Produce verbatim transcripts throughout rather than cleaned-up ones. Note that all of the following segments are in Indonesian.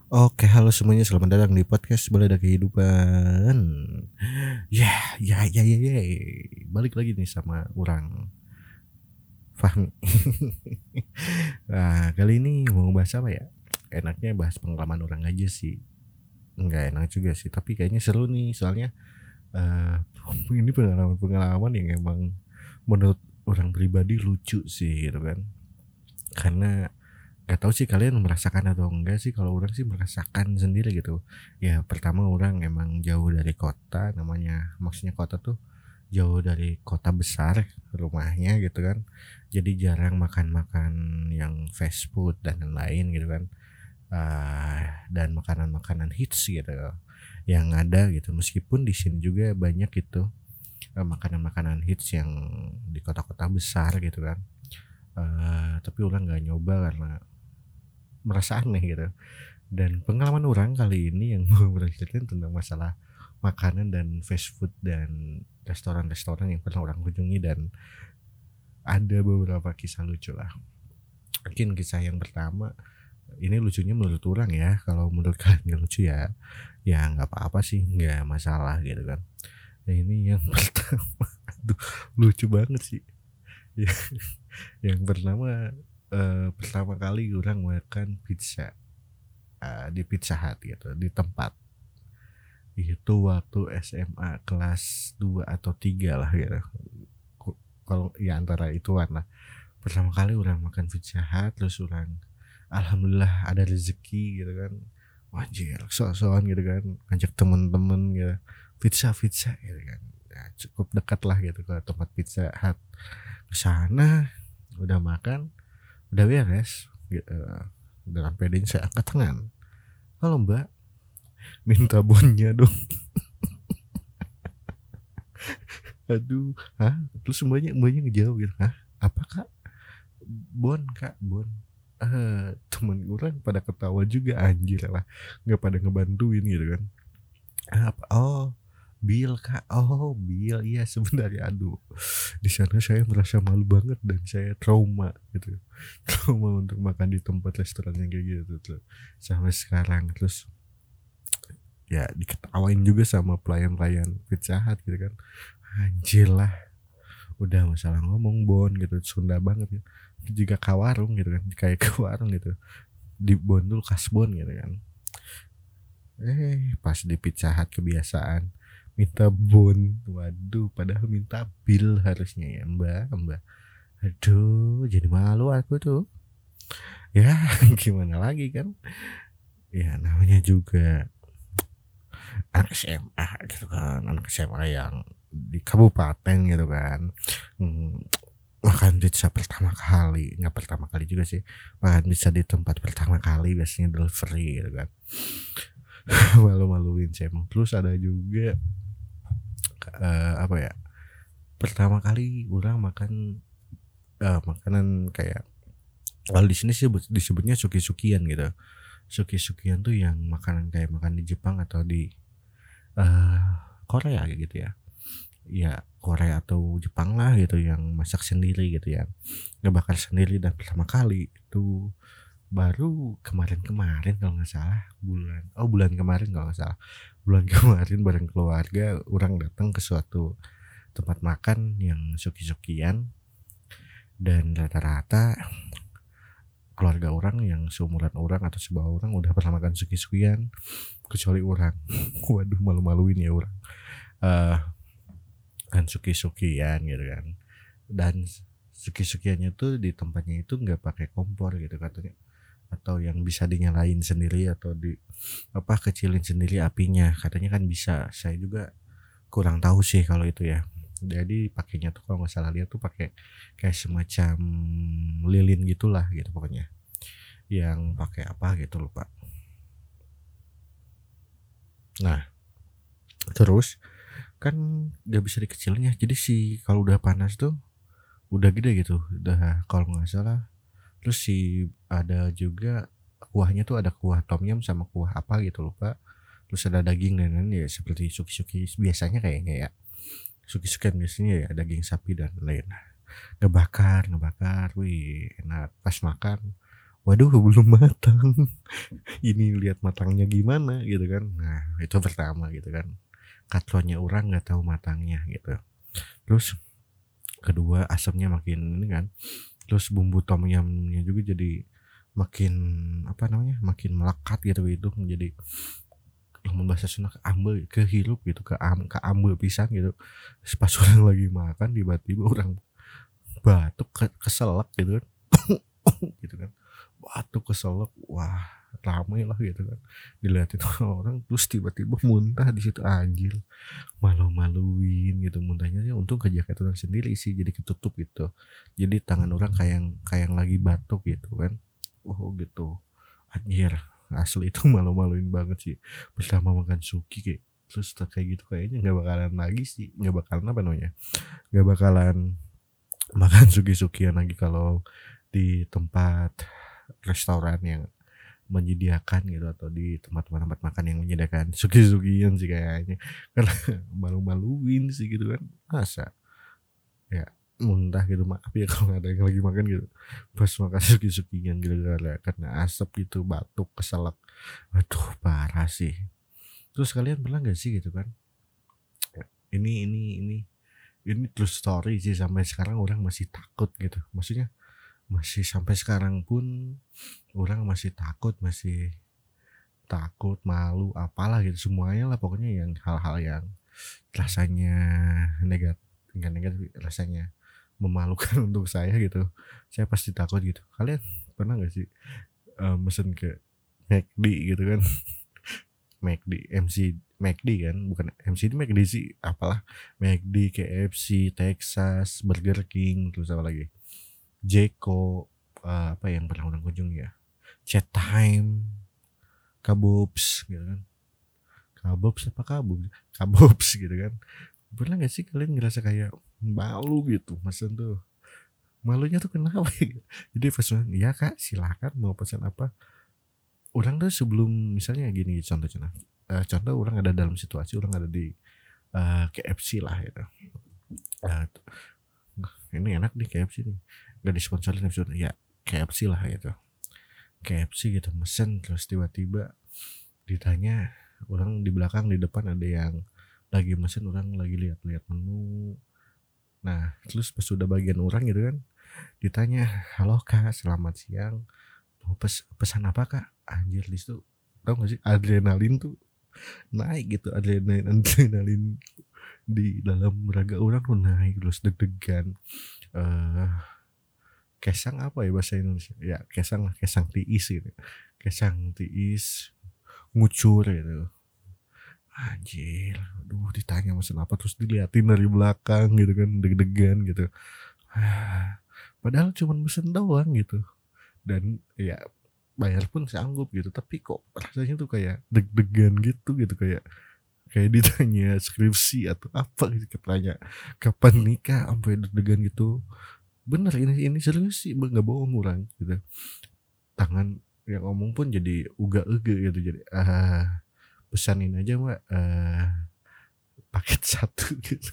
Oke, halo semuanya, selamat datang di podcast Balada Kehidupan. Ya, ya, ya, ya, ya. Balik lagi nih sama orang Fahmi. Nah, kali ini mau bahas apa ya? Enaknya bahas pengalaman orang aja sih. Enggak enak juga sih, tapi kayaknya seru nih soalnya eh ini pengalaman-pengalaman yang emang menurut orang pribadi lucu sih gitu kan. Karena gak tahu sih kalian merasakan atau enggak sih. Kalau orang sih merasakan sendiri gitu. Ya pertama, orang emang jauh dari kota, namanya maksudnya kota tuh jauh dari kota besar rumahnya gitu kan. Jadi jarang makan-makan yang fast food dan lain-lain gitu kan. Uh, dan makanan-makanan hits gitu yang ada gitu. Meskipun di sini juga banyak gitu uh, makanan-makanan hits yang di kota-kota besar gitu kan. Uh, tapi orang nggak nyoba karena merasa aneh gitu. Dan pengalaman orang kali ini yang mau bercerita tentang masalah makanan dan fast food dan restoran-restoran yang pernah orang kunjungi, dan ada beberapa kisah lucu lah. Mungkin kisah yang pertama ini lucunya menurut orang ya. Kalau menurut kalian nggak lucu ya ya nggak apa-apa sih, nggak masalah gitu kan. Nah, ini yang pertama, aduh lucu banget sih. Yang pertama, eh, pertama kali orang makan pizza uh, di Pizza Hut gitu, di tempat itu waktu S M A kelas dua atau tiga lah gitu. Kalau ya antara itu lah. Pertama kali orang makan Pizza Hut, terus orang alhamdulillah ada rezeki gitu kan. Wajir, sok-sokan gitu kan, ngajak temen-temen gitu. Pizza pizza gitu kan. Ya, cukup dekat lah gitu ke tempat Pizza Hut. Ke sana udah makan, udah beres gitu. Dengan pedenya saya angkat tangan. Halo mbak, minta bonnya dong. Aduh, hah? Terus semuanya semuanya ngejawab gitu, hah? Apa kak? Bon kak, bon. Eh, temen orang pada ketawa juga, anjir lah, nggak pada ngebantuin gitu kan. Apa? Oh, Bill kak. Oh, Bill. Iya sebenarnya. Aduh, di sana saya merasa malu banget dan saya trauma gitu. Trauma untuk makan di tempat restoran yang kayak gitu tuh sampai sekarang. Terus ya diketawain juga sama pelayan-pelayan Pizza Hut gitu kan. Anjir lah, udah masalah ngomong bon gitu, Sunda banget ya. Jika ke warung gitu kan, kayak ke warung gitu, di bon dulu kasbon gitu kan. Eh pas di Pizza Hut kebiasaan minta bon, waduh padahal minta bill harusnya ya mbak mbak. Aduh jadi malu aku tuh ya. Gimana lagi kan, ya namanya juga anak S M A gitu kan, anak S M A yang di kabupaten gitu kan. hmm, Makan pizza pertama kali, nggak pertama kali juga sih, makan pizza di tempat pertama kali biasanya delivery gitu kan. Malu-maluin sih emang. Terus ada juga uh, apa ya, pertama kali orang makan uh, makanan kayak, kalau di sini sih disebutnya suki-sukian gitu. Suki-sukian tuh yang makanan kayak makan di Jepang atau di uh, Korea gitu ya. Ya Korea atau Jepang lah gitu, yang masak sendiri gitu ya, ngebakar sendiri. Dan pertama kali itu baru kemarin-kemarin kalau nggak salah, bulan oh bulan kemarin kalau nggak salah, bulan kemarin bareng keluarga orang datang ke suatu tempat makan yang suki-sukian. Dan rata-rata keluarga orang yang seumuran orang atau sebawah orang udah pernah makan suki-sukian kecuali orang. Waduh malu-maluin ya orang. Uh, kan suki-sukian gitu kan. Dan suki-sukiannya tuh di tempatnya itu nggak pakai kompor gitu katanya, atau yang bisa dinyalain sendiri atau di apa kecilin sendiri apinya katanya kan bisa. Saya juga kurang tahu sih kalau itu ya. Jadi pakainya tuh kalau nggak salah lihat tuh pakai kayak semacam lilin gitulah gitu pokoknya, yang pakai apa gitu lupa. Nah terus kan nggak bisa dikecilin ya, jadi sih kalau udah panas tuh udah gede gitu, udah kalau nggak salah. Terus sih ada juga kuahnya tuh, ada kuah tom yum sama kuah apa gitu lupa. Terus ada daging dan lain ya, seperti suki-suki biasanya kayaknya ya. Suki-sukian biasanya ya daging sapi dan lain. Ngebakar, ngebakar, wih enak. Pas makan, waduh belum matang, ini lihat matangnya gimana gitu kan. Nah itu pertama gitu kan, katlonya orang nggak tahu matangnya gitu. Terus kedua asamnya makin ini kan, terus bumbu tom yumnya juga jadi makin apa namanya makin melekat gitu itu menjadi lamun bahasa Sunda ambe kehirup gitu ke am ke ambe pisan gitu. Terus pas orang lagi makan tiba-tiba orang batuk ke, keselak gitu kan. Gitu kan, batuk keselak, wah ramai lah gitu kan, dilihatin orang terus tiba-tiba muntah di situ, anjir malu-maluin gitu muntahnya sih. Untung ke jaket orang sendiri sih jadi ketutup gitu, jadi tangan orang kayak yang kayak yang lagi batuk gitu kan. Oh gitu, anjir asli itu malu-maluin banget sih bersama makan suki kayak. Terus kayak gitu kayaknya nggak bakalan lagi sih, nggak bakalan apa namanya nggak bakalan makan suki-sukian lagi kalau di tempat restoran yang menyediakan gitu, atau di tempat-tempat makan yang menyediakan sugi-sugian sih kayaknya. Karena malu-maluin sih gitu kan, masa ya muntah gitu, maaf ya kalau ada yang lagi makan gitu pas makan sugi-sugian gitu gara karena asap gitu, batuk keselak, aduh parah sih. Terus kalian pernah gak sih gitu kan, ini ini ini ini true story sih, sampai sekarang orang masih takut gitu, maksudnya masih sampai sekarang pun orang masih takut, masih takut, malu, apalah gitu semuanya lah pokoknya, yang hal-hal yang rasanya negatif, enggak negatif, rasanya memalukan untuk saya gitu, saya pasti takut gitu. Kalian pernah nggak sih uh, mesen ke McD gitu kan? McD, M C, McD kan, bukan M C, McD sih, apalah, McD, K F C, Texas, Burger King, terus apa lagi, Jeko, uh, apa yang pernah orang kunjungi ya, Chat Time, Kabobs gitu kan, Kabobs apa kabub, Kabobs gitu kan. Pernah gak sih kalian ngerasa kayak malu gitu mesen tuh? Malunya tuh kenapa ya? Jadi pas ya kak silakan mau pesan apa. Orang tuh sebelum misalnya gini contohnya, uh, contoh orang ada dalam situasi orang ada di uh, K F C lah gitu. Uh, ini enak nih K F C nih, nggak disponsorin episode ya K F C lah gitu. K F C gitu mesen, terus tiba-tiba ditanya orang di belakang, di depan ada yang lagi mesen, orang lagi lihat-lihat menu. Nah terus pas sudah bagian orang gitu kan ditanya, halo kak selamat siang, mau pes pesan apa kak, anjir di situ tau gak sih adrenalin tuh naik gitu, adrenalin adrenalin di dalam raga orang tuh naik, terus deg-degan. uh, kesang apa ya bahasa Indonesia ya, kesang kesang tiis gitu, kesang tiis ngucur gitu, anjir aduh ditanya mesen apa terus diliatin dari belakang gitu kan, deg-degan gitu. Padahal cuma mesen doang gitu, dan ya bayar pun sanggup gitu, tapi kok rasanya tuh kayak deg-degan gitu gitu, kayak kayak ditanya skripsi atau apa gitu, katanya kapan nikah sampai deg-degan gitu. Bener ini ini serius sih, nggak bohong orang gitu. Tangan yang ngomong pun jadi uga-uga gitu, jadi ah pesanin aja mbak uh, paket satu gitu.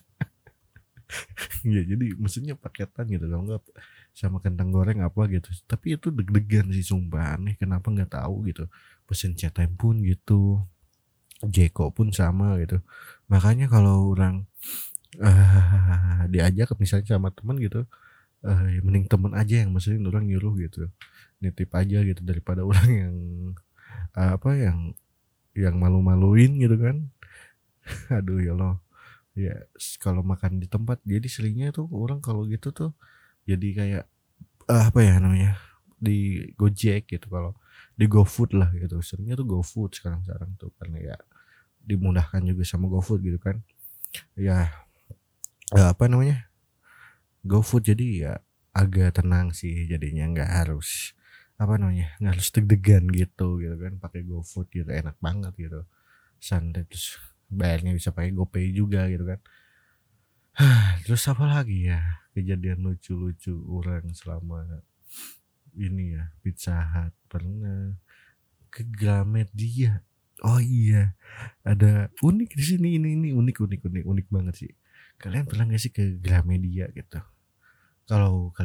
Ya jadi maksudnya paketan gitu, kalau nggak sama kentang goreng apa gitu. Tapi itu deg-degan sih sumpah, aneh kenapa nggak tahu gitu. Pesen Chat Time pun gitu, Jeko pun sama gitu. Makanya kalau orang uh, diajak misalnya sama teman gitu, uh, ya mending temen aja yang mesenin, orang nyuruh gitu, nitip aja gitu, daripada orang yang uh, apa yang yang malu-maluin gitu kan. Aduh ya Allah ya, kalau makan di tempat jadi seringnya tuh orang kalau gitu tuh jadi kayak uh, apa ya namanya, di Gojek gitu, kalau di GoFood lah gitu, seringnya tuh GoFood sekarang-sekarang tuh karena ya dimudahkan juga sama GoFood gitu kan ya, uh, apa namanya GoFood, jadi ya agak tenang sih jadinya, nggak harus apa namanya nggak harus deg-degan gitu gitu kan, pakai GoFood gitu enak banget gitu, santai, terus bayarnya bisa pakai GoPay juga gitu kan. Terus apa lagi ya kejadian lucu-lucu orang selama ini ya, Pizza Hut pernah, ke Gramedia, oh iya ada unik di sini, ini ini unik unik unik unik banget sih. Kalian pernah nggak sih ke Gramedia gitu? Kalau kalian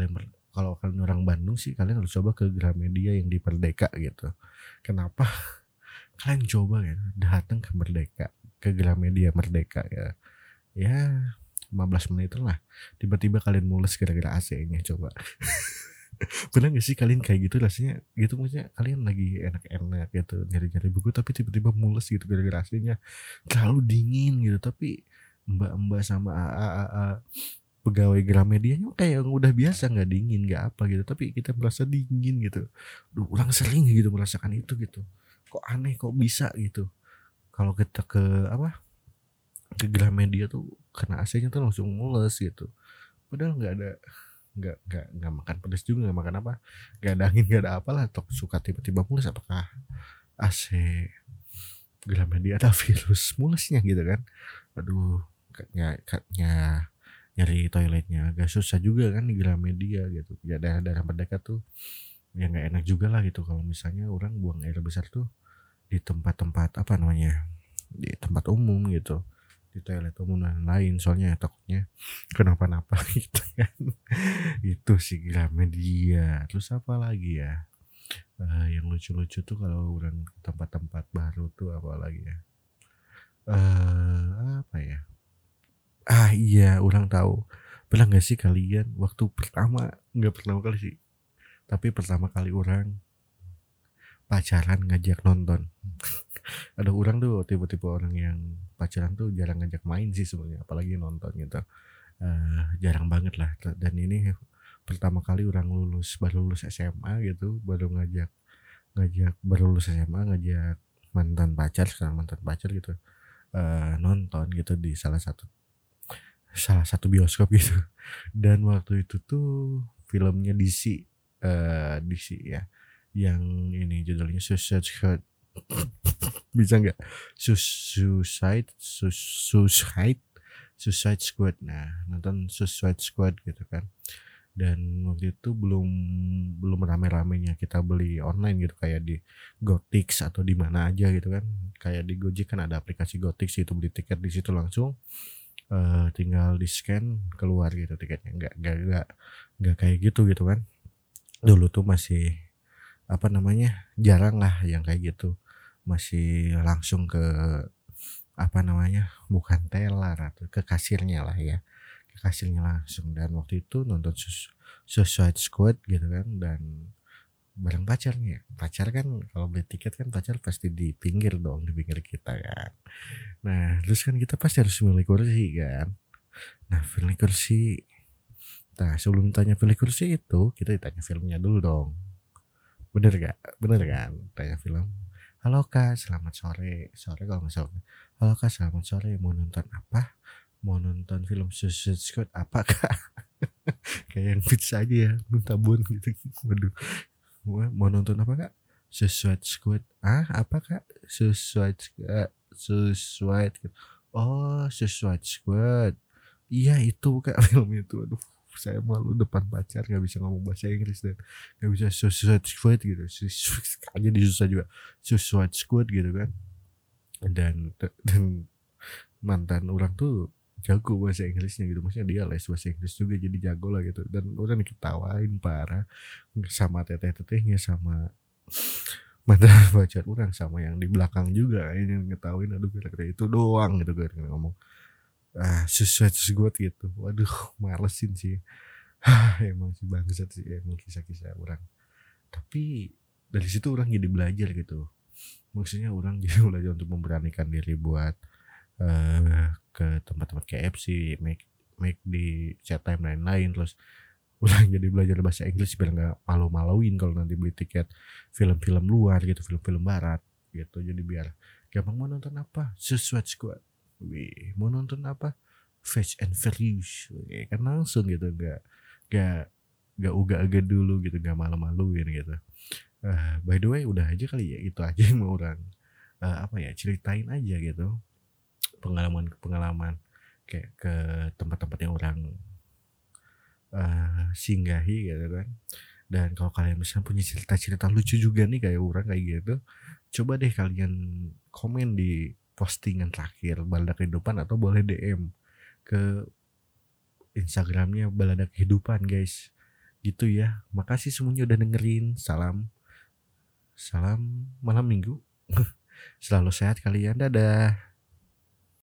kalau kalian orang Bandung sih kalian harus coba ke Gramedia yang di Merdeka gitu. Kenapa? Kalian coba ya datang ke Merdeka, ke Gramedia Merdeka ya. Ya lima belas menit lah. Tiba-tiba kalian mules gara-gara A C-nya coba. Pernah gak sih kalian kayak gitu rasanya gitu, maksudnya kalian lagi enak-enak gitu nyari-nyari buku tapi tiba-tiba mules gitu gara-gara A C-nya terlalu dingin gitu, tapi mbak-mbak sama A A A A pegawai Gramedianya kayak yang udah biasa nggak dingin nggak apa gitu, tapi kita merasa dingin gitu. Duh, orang sering gitu merasakan itu gitu, kok aneh kok bisa gitu. Kalau kita ke apa ke Gramedia tuh kena A C-nya tuh langsung mules gitu, padahal nggak ada nggak nggak nggak makan pedas juga, nggak makan apa, nggak ada angin nggak ada apalah, tok suka tiba-tiba mules. Apakah A C Gramedia ada virus mulesnya gitu kan? Aduh, katanya katanya nyari toiletnya agak susah juga kan di Gramedia gitu ya, daerah-daerah Merdeka tuh ya nggak enak juga lah gitu kalau misalnya orang buang air besar tuh di tempat-tempat apa namanya, di tempat umum gitu, di toilet umum dan lain, soalnya takutnya kenapa-napa gitu kan. Itu sih Gramedia. Terus apa lagi ya, uh, yang lucu-lucu tuh kalau orang ke tempat-tempat baru tuh apa lagi ya, uh, apa ya, ah iya orang tahu. Pernah gak sih kalian waktu pertama, nggak pertama kali sih, tapi pertama kali orang pacaran ngajak nonton. Ada orang tuh tipe-tipe orang yang pacaran tuh jarang ngajak main sih sebenarnya, apalagi nonton gitu. Uh, jarang banget lah. Dan ini pertama kali orang lulus, baru lulus S M A gitu, baru ngajak ngajak baru lulus S M A ngajak mantan pacar, sekarang mantan pacar gitu, uh, nonton gitu di salah satu salah satu bioskop gitu. Dan waktu itu tuh filmnya D C, uh, D C ya, yang ini judulnya Suicide Squad. Bisa nggak Suicide Suicide Suicide Squad. Nah, nonton Suicide Squad gitu kan. Dan waktu itu belum belum rame-ramenya kita beli online gitu, kayak di Gotix atau di mana aja gitu kan. Kayak di Gojek kan ada aplikasi Gotix, itu beli tiket di situ langsung, uh, tinggal di scan keluar gitu tiketnya. Nggak nggak nggak nggak kayak gitu gitu kan. Dulu tuh masih apa namanya, jarang lah yang kayak gitu, masih langsung ke apa namanya, bukan teller atau ke kasirnya lah ya, ke kasirnya langsung. Dan waktu itu nonton Sus- Suicide Squad gitu kan, dan bareng pacarnya. Pacar kan kalau beli tiket kan pacar pasti di pinggir dong, di pinggir kita kan. Nah terus kan kita pasti harus milih kursi kan. Nah pilih kursi, nah sebelum tanya pilih kursi itu kita ditanya filmnya dulu dong. Bener gak? Bener kan? Tanya film. Halo kak, selamat sore. Sore kalau nggak salah. Halo kak, selamat sore. Mau nonton apa? Mau nonton film Suicide Squad apa kak? Kayak yang pizza aja ya, minta bon gitu. Waduh. Mau nonton apa kak? Suicide Squad. Ah, apa kak? Suicide Squad. Suicide. Oh, Suicide Squad. Iya itu kak, film itu. Aduh, saya malu depan pacar, nggak bisa ngomong bahasa Inggris dan nggak bisa Suicide Squad gitu, aja disusah juga Suicide Squad gitu kan. Dan dan mantan orang tuh jago bahasa Inggrisnya gitu, maksudnya dia les bahasa Inggris juga jadi jago lah gitu. Dan orang diketawain parah sama teteh-tetehnya, sama mantan pacar orang, sama yang di belakang juga ini ngetawain. Aduh kira-kira itu doang gitu kan ngomong ah Suicide Squad gitu. Waduh malesin sih. Emang sih bangsat sih emang kisah-kisah orang. Tapi dari situ orang jadi belajar gitu. Maksudnya orang jadi belajar untuk memberanikan diri buat uh, ke tempat-tempat K F C, make make di chat time lain-lain. Terus orang jadi belajar bahasa Inggris biar nggak malu-maluin kalau nanti beli tiket film-film luar gitu, film-film barat gitu. Jadi biar gampang. Mau nonton apa? Suicide Squad. Wih, mau nonton apa? Fast and Furious. Wih, kan langsung gitu, nggak nggak nggak uga-uga dulu gitu, nggak malu-maluin gitu. Uh, by the way udah aja kali ya, itu aja yang mau orang uh, apa ya ceritain aja gitu, pengalaman-pengalaman kayak ke tempat-tempat yang orang uh, singgahi gitu kan. Dan kalau kalian misalnya punya cerita-cerita lucu juga nih kayak orang kayak gitu, coba deh kalian komen di postingan terakhir Balada Kehidupan, atau boleh D M ke Instagramnya Balada Kehidupan guys. Gitu ya. Makasih semuanya udah dengerin. Salam salam malam Minggu. Selalu sehat kalian. Dadah.